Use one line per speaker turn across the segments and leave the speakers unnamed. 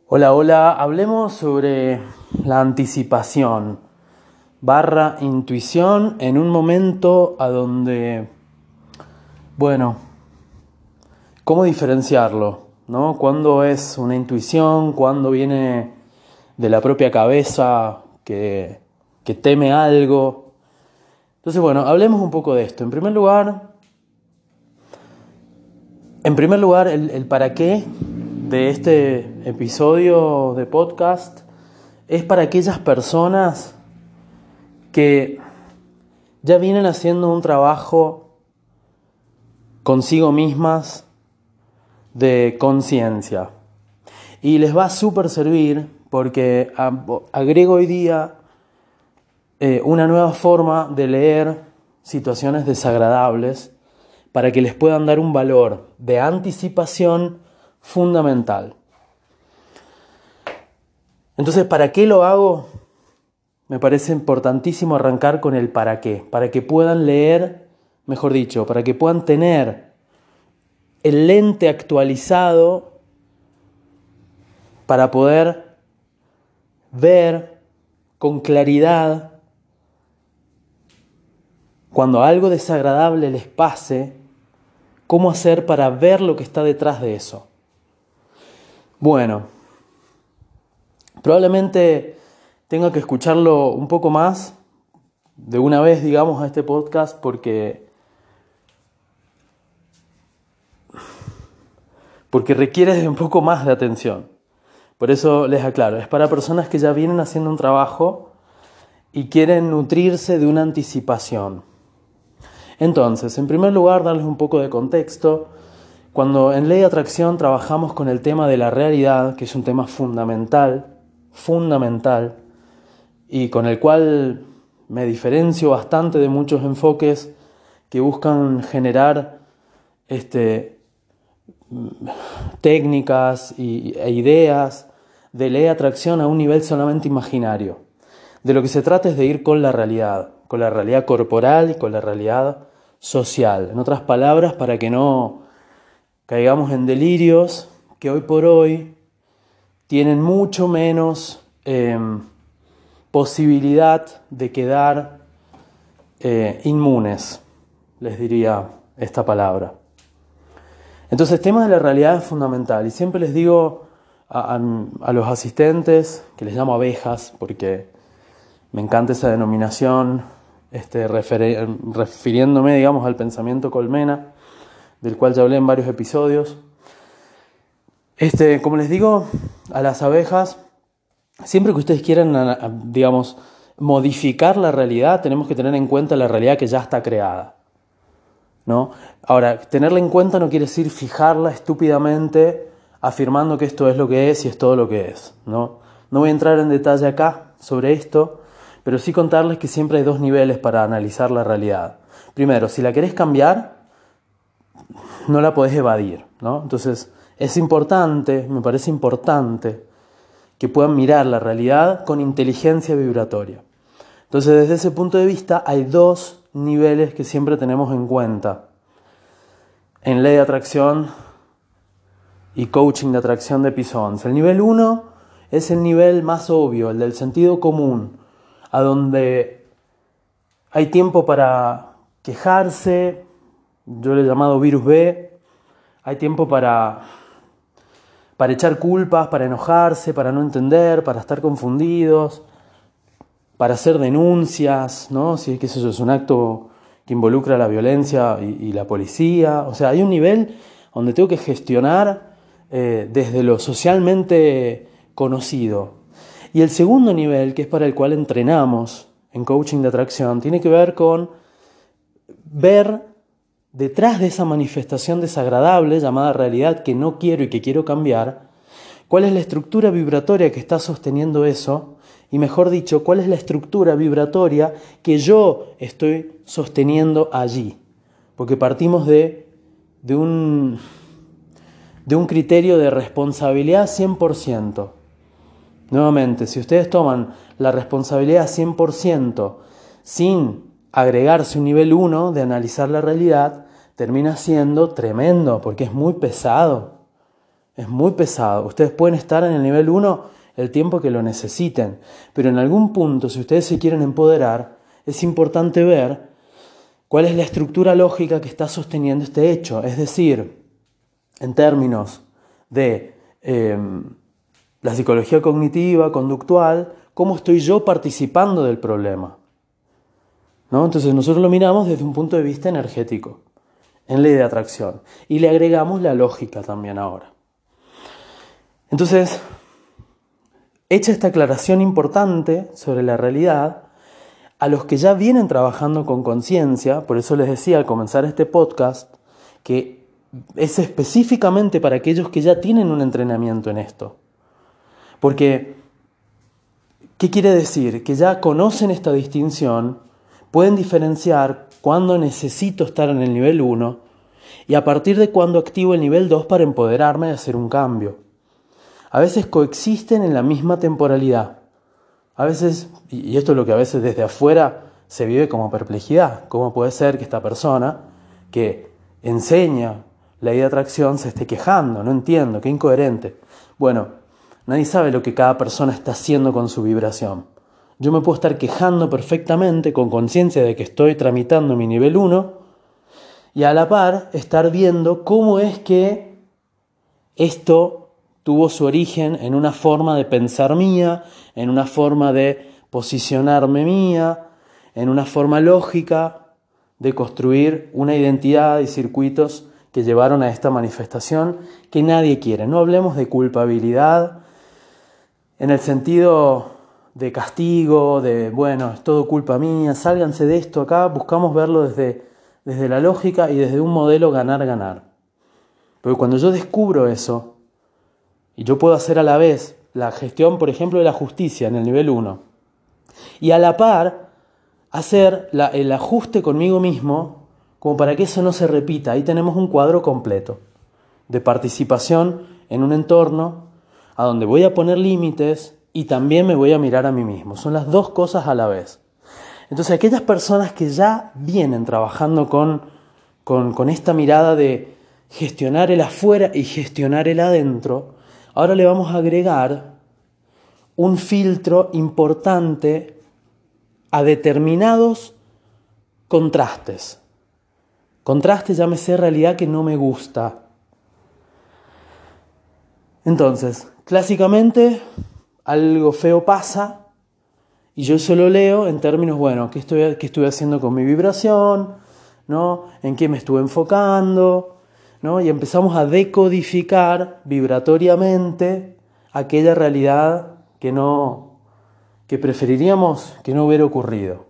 Hola, hola, hablemos sobre la anticipación barra intuición en un momento a donde, bueno, ¿cómo diferenciarlo? ¿No? ¿Cuándo es una intuición? ¿Cuándo viene de la propia cabeza que teme algo? Entonces, bueno, hablemos un poco de esto. En primer lugar, el para qué de este episodio de podcast es para aquellas personas que ya vienen haciendo un trabajo consigo mismas de conciencia. Y les va a súper servir porque agrego hoy día una nueva forma de leer situaciones desagradables para que les puedan dar un valor de anticipación fundamental. Entonces, ¿para qué lo hago? Me parece importantísimo arrancar con el para qué, para que puedan leer, mejor dicho, para que puedan tener el lente actualizado para poder ver con claridad cuando algo desagradable les pase, cómo hacer para ver lo que está detrás de eso. Bueno, probablemente tenga que escucharlo un poco más de una vez, digamos, a este podcast porque requiere de un poco más de atención. Por eso les aclaro, es para personas que ya vienen haciendo un trabajo y quieren nutrirse de una anticipación. Entonces, en primer lugar, darles un poco de contexto. Cuando en Ley de Atracción trabajamos con el tema de la realidad, que es un tema fundamental, y con el cual me diferencio bastante de muchos enfoques que buscan generar técnicas e ideas de ley de atracción a un nivel solamente imaginario. De lo que se trata es de ir con la realidad corporal y con la realidad social. En otras palabras, para que no caigamos en delirios que hoy por hoy tienen mucho menos posibilidad de quedar inmunes, les diría esta palabra. Entonces, el tema de la realidad es fundamental y siempre les digo a los asistentes, que les llamo abejas porque me encanta esa denominación, refiriéndome, digamos, al pensamiento colmena, del cual ya hablé en varios episodios. Como les digo a las abejas, siempre que ustedes quieran, digamos, modificar la realidad, tenemos que tener en cuenta la realidad que ya está creada, ¿no? Ahora, tenerla en cuenta no quiere decir fijarla estúpidamente afirmando que esto es lo que es y es todo lo que es, ¿no? No voy a entrar en detalle acá sobre esto, pero sí contarles que siempre hay dos niveles para analizar la realidad. Primero, si la querés cambiar, no la podés evadir, ¿no? Entonces, es importante, me parece importante, que puedan mirar la realidad con inteligencia vibratoria. Entonces, desde ese punto de vista, hay dos niveles que siempre tenemos en cuenta en ley de atracción y coaching de atracción de Pisons. El nivel 1 es el nivel más obvio, el del sentido común, a donde hay tiempo para quejarse, yo le he llamado virus B, hay tiempo para echar culpas, para enojarse, para no entender, para estar confundidos, para hacer denuncias, ¿no? Si es que eso es un acto que involucra la violencia y la policía. O sea, hay un nivel donde tengo que gestionar desde lo socialmente conocido. Y el segundo nivel, que es para el cual entrenamos en coaching de atracción, tiene que ver con ver detrás de esa manifestación desagradable llamada realidad que no quiero y que quiero cambiar, cuál es la estructura vibratoria que está sosteniendo eso, y mejor dicho, cuál es la estructura vibratoria que yo estoy sosteniendo allí. Porque partimos de un criterio de responsabilidad 100%. Nuevamente, si ustedes toman la responsabilidad 100% sin agregarse un nivel 1 de analizar la realidad, termina siendo tremendo porque es muy pesado. es muy pesado. Ustedes pueden estar en el nivel 1 el tiempo que lo necesiten, pero en algún punto, si ustedes se quieren empoderar, es importante ver cuál es la estructura lógica que está sosteniendo este hecho. Es decir, en términos de la psicología cognitiva, conductual, cómo estoy yo participando del problema, ¿no? Entonces nosotros lo miramos desde un punto de vista energético, en ley de atracción, y le agregamos la lógica también ahora. Entonces, hecha esta aclaración importante sobre la realidad, a los que ya vienen trabajando con conciencia, por eso les decía al comenzar este podcast, que es específicamente para aquellos que ya tienen un entrenamiento en esto. Porque, ¿qué quiere decir? Que ya conocen esta distinción, pueden diferenciar cuándo necesito estar en el nivel 1 y a partir de cuándo activo el nivel 2 para empoderarme de hacer un cambio. A veces coexisten en la misma temporalidad. A veces, y esto es lo que a veces desde afuera se vive como perplejidad, ¿cómo puede ser que esta persona que enseña la ley de atracción se esté quejando? No entiendo, qué incoherente. Bueno, nadie sabe lo que cada persona está haciendo con su vibración. Yo me puedo estar quejando perfectamente con conciencia de que estoy tramitando mi nivel 1 y a la par estar viendo cómo es que esto tuvo su origen en una forma de pensar mía, en una forma de posicionarme mía, en una forma lógica de construir una identidad y circuitos que llevaron a esta manifestación que nadie quiere. No hablemos de culpabilidad en el sentido de castigo, de bueno, es todo culpa mía, sálganse de esto acá. Buscamos verlo desde la lógica y desde un modelo ganar-ganar. Porque cuando yo descubro eso, y yo puedo hacer a la vez la gestión, por ejemplo, de la justicia en el nivel 1, y a la par hacer el ajuste conmigo mismo, como para que eso no se repita. Ahí tenemos un cuadro completo de participación en un entorno a donde voy a poner límites y también me voy a mirar a mí mismo. Son las dos cosas a la vez. Entonces, aquellas personas que ya vienen trabajando con esta mirada de gestionar el afuera y gestionar el adentro, ahora le vamos a agregar un filtro importante a determinados contrastes. Contrastes, llámese realidad que no me gusta. Entonces, clásicamente, algo feo pasa y yo solo leo en términos, bueno, ¿qué estuve haciendo con mi vibración? ¿No? ¿En qué me estuve enfocando? ¿No? Y empezamos a decodificar vibratoriamente aquella realidad que preferiríamos que no hubiera ocurrido.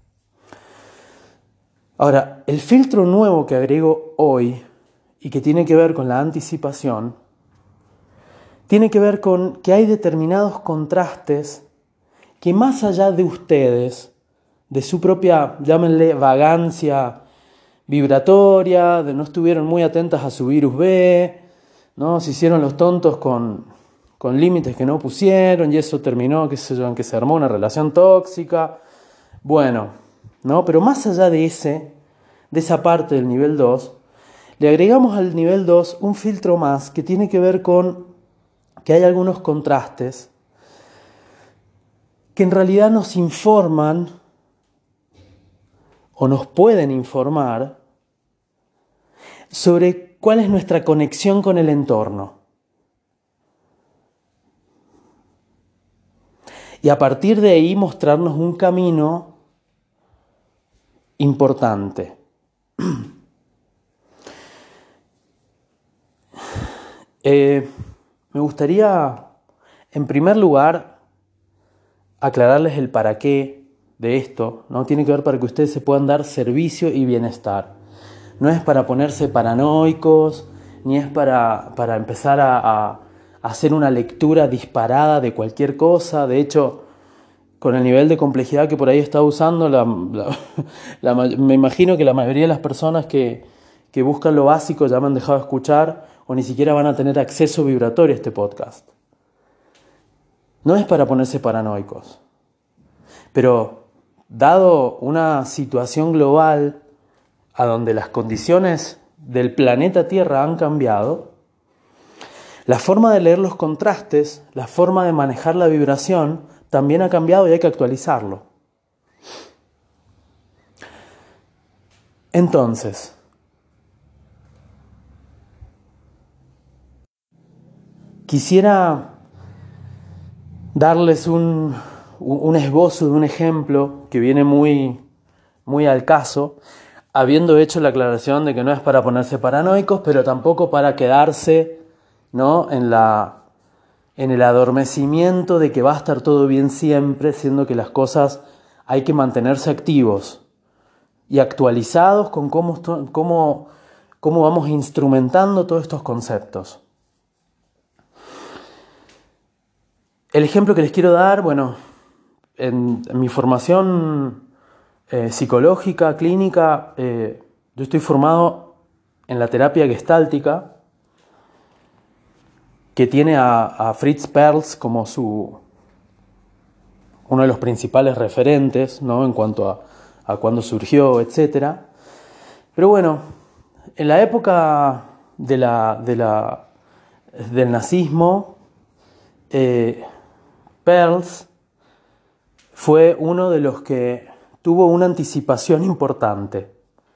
Ahora, el filtro nuevo que agrego hoy y que tiene que ver con la anticipación, tiene que ver con que hay determinados contrastes que más allá de ustedes, de su propia, llámenle vagancia vibratoria, de no estuvieron muy atentas a su virus B, ¿no? Se hicieron los tontos con límites que no pusieron y eso terminó, qué sé yo, en que se armó una relación tóxica. Bueno, ¿no? Pero más allá de esa parte del nivel 2, le agregamos al nivel 2 un filtro más que tiene que ver con que hay algunos contrastes que en realidad nos informan o nos pueden informar sobre cuál es nuestra conexión con el entorno. Y a partir de ahí mostrarnos un camino importante. Me gustaría, en primer lugar, aclararles el para qué de esto, ¿no? Tiene que ver para que ustedes se puedan dar servicio y bienestar. No es para ponerse paranoicos, ni es para empezar a hacer una lectura disparada de cualquier cosa. De hecho, con el nivel de complejidad que por ahí está usando, me imagino que la mayoría de las personas que buscan lo básico ya me han dejado de escuchar o ni siquiera van a tener acceso vibratorio a este podcast. No es para ponerse paranoicos, pero dado una situación global a donde las condiciones del planeta Tierra han cambiado, La forma de leer los contrastes, la forma de manejar la vibración, también ha cambiado y hay que actualizarlo. Entonces, quisiera darles un esbozo de un ejemplo que viene muy al caso, habiendo hecho la aclaración de que no es para ponerse paranoicos, pero tampoco para quedarse, ¿no?, en el adormecimiento de que va a estar todo bien siempre, siendo que las cosas hay que mantenerse activos y actualizados con cómo vamos instrumentando todos estos conceptos. El ejemplo que les quiero dar, bueno, en mi formación psicológica, clínica, yo estoy formado en la terapia gestáltica, que tiene a Fritz Perls como uno de los principales referentes, ¿no?, en cuanto a cuándo surgió, etc. Pero bueno, en la época del nazismo, Perls fue uno de los que tuvo una anticipación importante.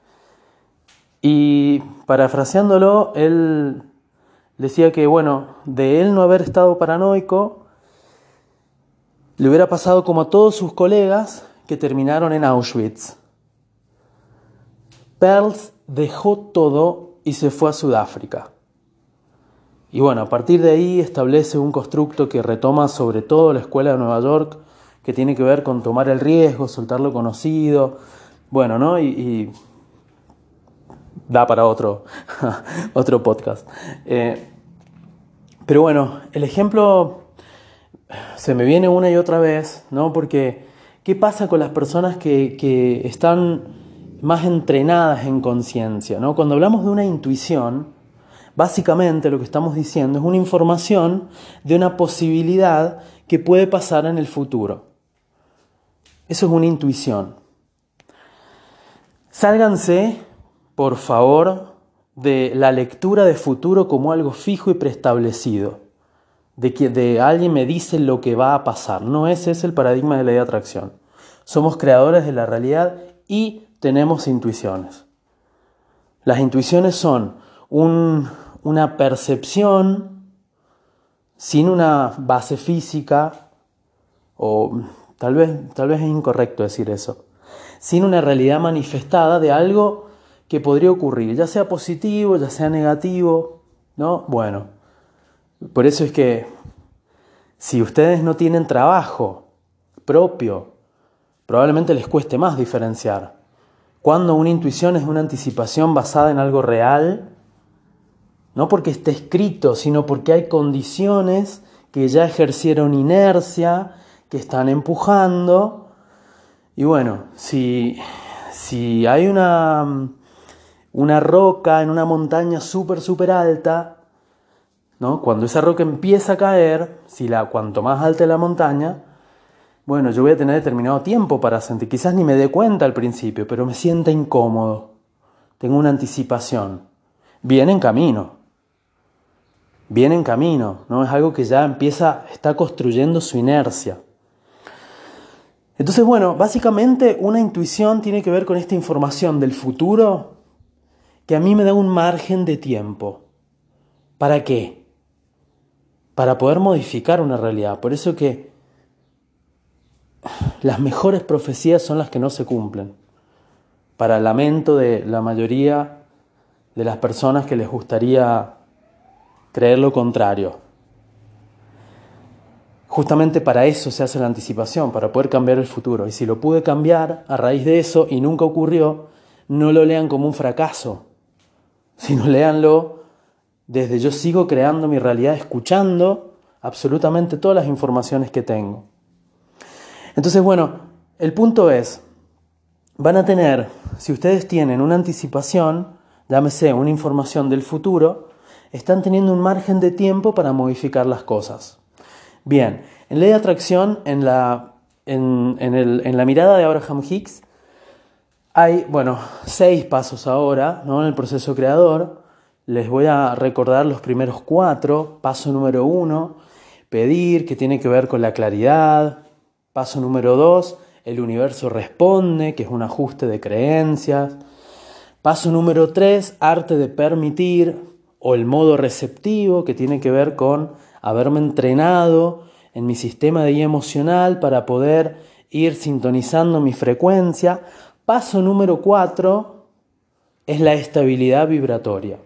Y parafraseándolo, él decía que, bueno, de él no haber estado paranoico, le hubiera pasado como a todos sus colegas que terminaron en Auschwitz. Perls dejó todo y se fue a Sudáfrica. Y bueno, a partir de ahí establece un constructo que retoma sobre todo la Escuela de Nueva York, que tiene que ver con tomar el riesgo, soltar lo conocido, bueno, ¿no? Y da para otro podcast. Pero bueno, el ejemplo se me viene una y otra vez, ¿no? Porque, ¿qué pasa con las personas que están más entrenadas en conciencia, ¿no? Cuando hablamos de una intuición, básicamente lo que estamos diciendo es una información de una posibilidad que puede pasar en el futuro. Eso es una intuición. Sálganse, por favor, de la lectura de futuro como algo fijo y preestablecido. De que alguien me dice lo que va a pasar. No ese es el paradigma de la ley de atracción. Somos creadores de la realidad y tenemos intuiciones. Las intuiciones son una percepción sin una base física, o tal vez es incorrecto decir eso, sin una realidad manifestada de algo que podría ocurrir, ya sea positivo, ya sea negativo, ¿no? Bueno, por eso es que si ustedes no tienen trabajo propio, probablemente les cueste más diferenciar cuando una intuición es una anticipación basada en algo real, no porque esté escrito, sino porque hay condiciones que ya ejercieron inercia, que están empujando. Y bueno, si hay una roca en una montaña súper alta, ¿no? Cuando esa roca empieza a caer, cuanto más alta es la montaña, bueno, yo voy a tener determinado tiempo para sentir, quizás ni me dé cuenta al principio, pero me sienta incómodo. Tengo una anticipación. Viene en camino, ¿no? Es algo que ya está construyendo su inercia. Entonces, bueno, básicamente una intuición tiene que ver con esta información del futuro que a mí me da un margen de tiempo. ¿Para qué? Para poder modificar una realidad. Por eso que las mejores profecías son las que no se cumplen. Para el lamento de la mayoría de las personas que les gustaría creer lo contrario. Justamente para eso se hace la anticipación, para poder cambiar el futuro. Y si lo pude cambiar a raíz de eso y nunca ocurrió, no lo lean como un fracaso, sino léanlo desde yo sigo creando mi realidad, escuchando absolutamente todas las informaciones que tengo. Entonces, bueno, el punto es, van a tener, si ustedes tienen una anticipación, llámese una información del futuro, están teniendo un margen de tiempo para modificar las cosas. Bien, en ley de atracción, en la mirada de Abraham Hicks, hay, 6 pasos ahora, ¿no?, en el proceso creador, les voy a recordar los primeros 4. Paso número 1, pedir, que tiene que ver con la claridad. Paso número 2, el universo responde, que es un ajuste de creencias. Paso número 3, arte de permitir, o el modo receptivo, que tiene que ver con haberme entrenado en mi sistema de guía emocional para poder ir sintonizando mi frecuencia. Paso número 4 es la estabilidad vibratoria.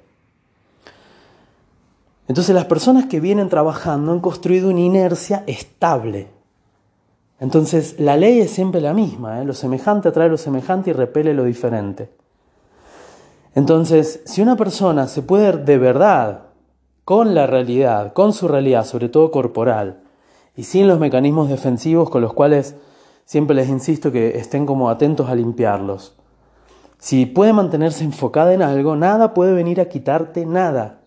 Entonces las personas que vienen trabajando han construido una inercia estable. Entonces la ley es siempre la misma, Lo semejante atrae lo semejante y repele lo diferente. Entonces, si una persona se puede de verdad, con la realidad, con su realidad, sobre todo corporal, y sin los mecanismos defensivos con los cuales siempre les insisto que estén como atentos a limpiarlos, si puede mantenerse enfocada en algo, nada puede venir a quitarte nada.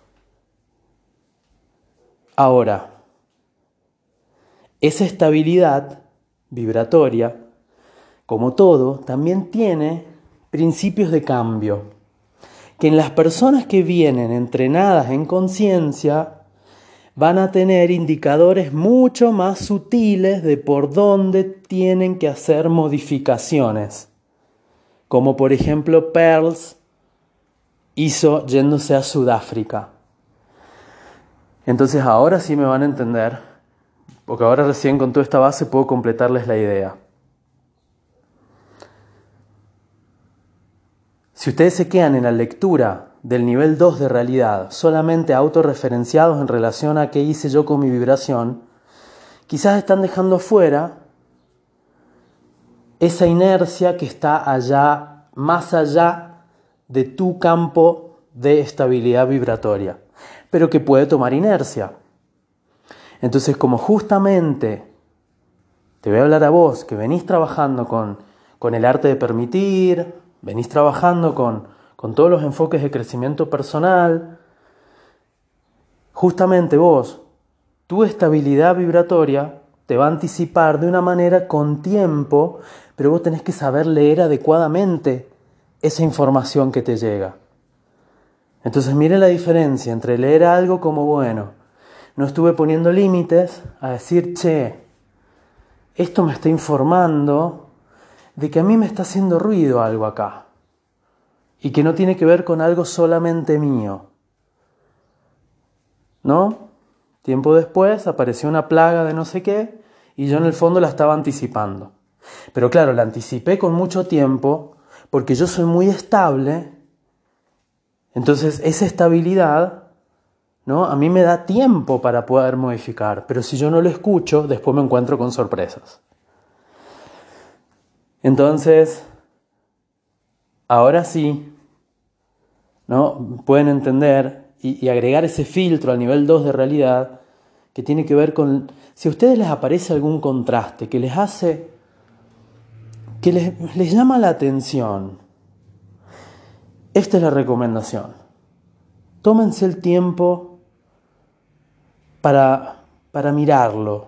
Ahora, esa estabilidad vibratoria, como todo, también tiene principios de cambio, que en las personas que vienen entrenadas en conciencia van a tener indicadores mucho más sutiles de por dónde tienen que hacer modificaciones, como por ejemplo Pearls hizo yéndose a Sudáfrica. Entonces ahora sí me van a entender, porque ahora recién con toda esta base puedo completarles la idea. Si ustedes se quedan en la lectura del nivel 2 de realidad, solamente autorreferenciados en relación a qué hice yo con mi vibración, quizás están dejando fuera esa inercia que está allá, más allá de tu campo de estabilidad vibratoria, pero que puede tomar inercia. Entonces, como justamente te voy a hablar a vos, que venís trabajando con el arte de permitir, venís trabajando con todos los enfoques de crecimiento personal, justamente vos, tu estabilidad vibratoria te va a anticipar de una manera con tiempo, pero vos tenés que saber leer adecuadamente esa información que te llega. Entonces miren la diferencia entre leer algo como, bueno, no estuve poniendo límites, a decir, che, esto me está informando de que a mí me está haciendo ruido algo acá y que no tiene que ver con algo solamente mío, ¿no? Tiempo después apareció una plaga de no sé qué y yo en el fondo la estaba anticipando. Pero claro, la anticipé con mucho tiempo porque yo soy muy estable, entonces esa estabilidad, ¿no? A mí me da tiempo para poder modificar, pero si yo no lo escucho, después me encuentro con sorpresas. Entonces, ahora sí, ¿no? Pueden entender y agregar ese filtro al nivel 2 de realidad que tiene que ver con, si a ustedes les aparece algún contraste que les hace, que les llama la atención, esta es la recomendación. Tómense el tiempo para mirarlo.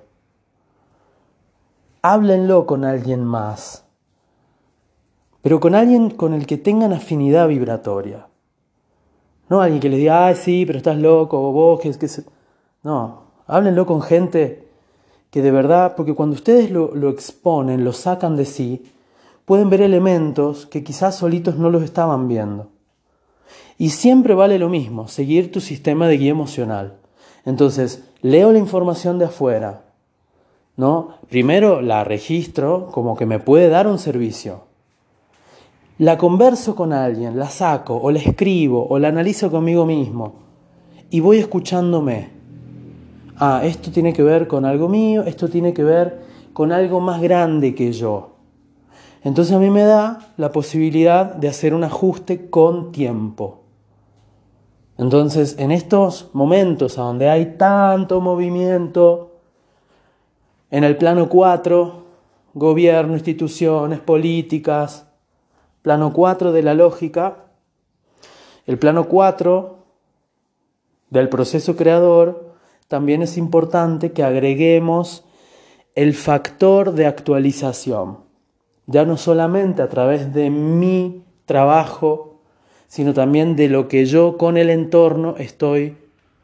Háblenlo con alguien más, pero con alguien con el que tengan afinidad vibratoria. No alguien que les diga, ay sí, pero estás loco, o vos, No, háblenlo con gente que de verdad, porque cuando ustedes lo exponen, lo sacan de sí, pueden ver elementos que quizás solitos no los estaban viendo. Y siempre vale lo mismo, seguir tu sistema de guía emocional. Entonces, leo la información de afuera, ¿no? Primero la registro como que me puede dar un servicio. La converso con alguien, la saco, o la escribo, o la analizo conmigo mismo. Y voy escuchándome. Ah, esto tiene que ver con algo mío, esto tiene que ver con algo más grande que yo. Entonces a mí me da la posibilidad de hacer un ajuste con tiempo. Entonces, en estos momentos a donde hay tanto movimiento, en el plano 4, gobierno, instituciones, políticas, plano 4 de la lógica, el plano 4 del proceso creador, también es importante que agreguemos el factor de actualización. Ya no solamente a través de mi trabajo, sino también de lo que yo con el entorno estoy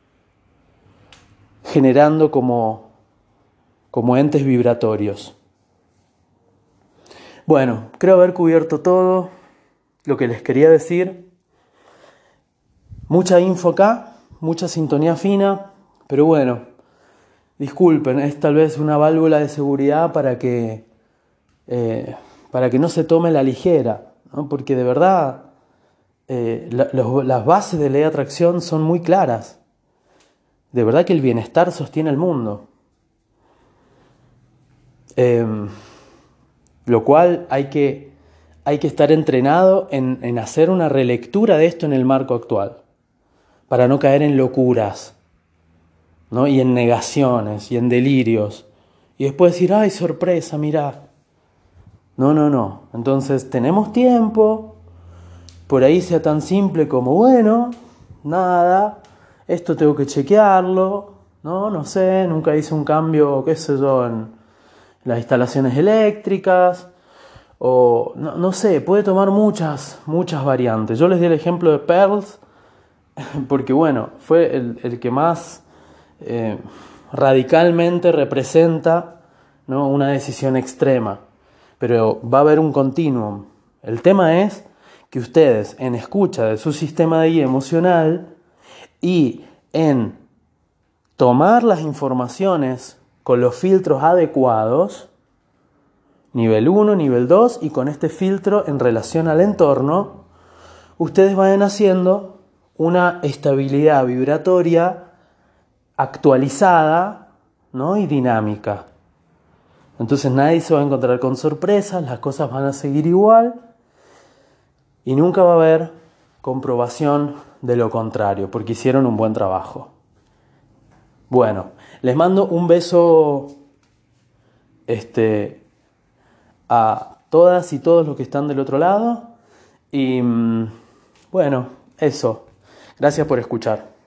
generando como entes vibratorios. Bueno, creo haber cubierto todo lo que les quería decir. Mucha info acá, mucha sintonía fina, pero bueno, disculpen, es tal vez una válvula de seguridad para que no se tome la ligera, ¿no? Porque de verdad las bases de ley de atracción son muy claras. De verdad que el bienestar sostiene el mundo. Lo cual hay que estar entrenado en hacer una relectura de esto en el marco actual, para no caer en locuras, ¿no? Y en negaciones y en delirios. Y después decir, ¡ay, sorpresa, mirá! No. Entonces tenemos tiempo, por ahí sea tan simple como, bueno, nada, esto tengo que chequearlo, no sé, nunca hice un cambio, qué sé yo, en las instalaciones eléctricas, o no sé, puede tomar muchas variantes. Yo les di el ejemplo de Pearls, porque bueno, fue el que más radicalmente representa, ¿no?, una decisión extrema, pero va a haber un continuum. El tema es que ustedes, en escucha de su sistema de guía emocional y en tomar las informaciones con los filtros adecuados, nivel 1, nivel 2, y con este filtro en relación al entorno, ustedes vayan haciendo una estabilidad vibratoria actualizada, ¿no?, y dinámica. Entonces nadie se va a encontrar con sorpresas, las cosas van a seguir igual y nunca va a haber comprobación de lo contrario, porque hicieron un buen trabajo. Bueno, les mando un beso a todas y todos los que están del otro lado y bueno, eso. Gracias por escuchar.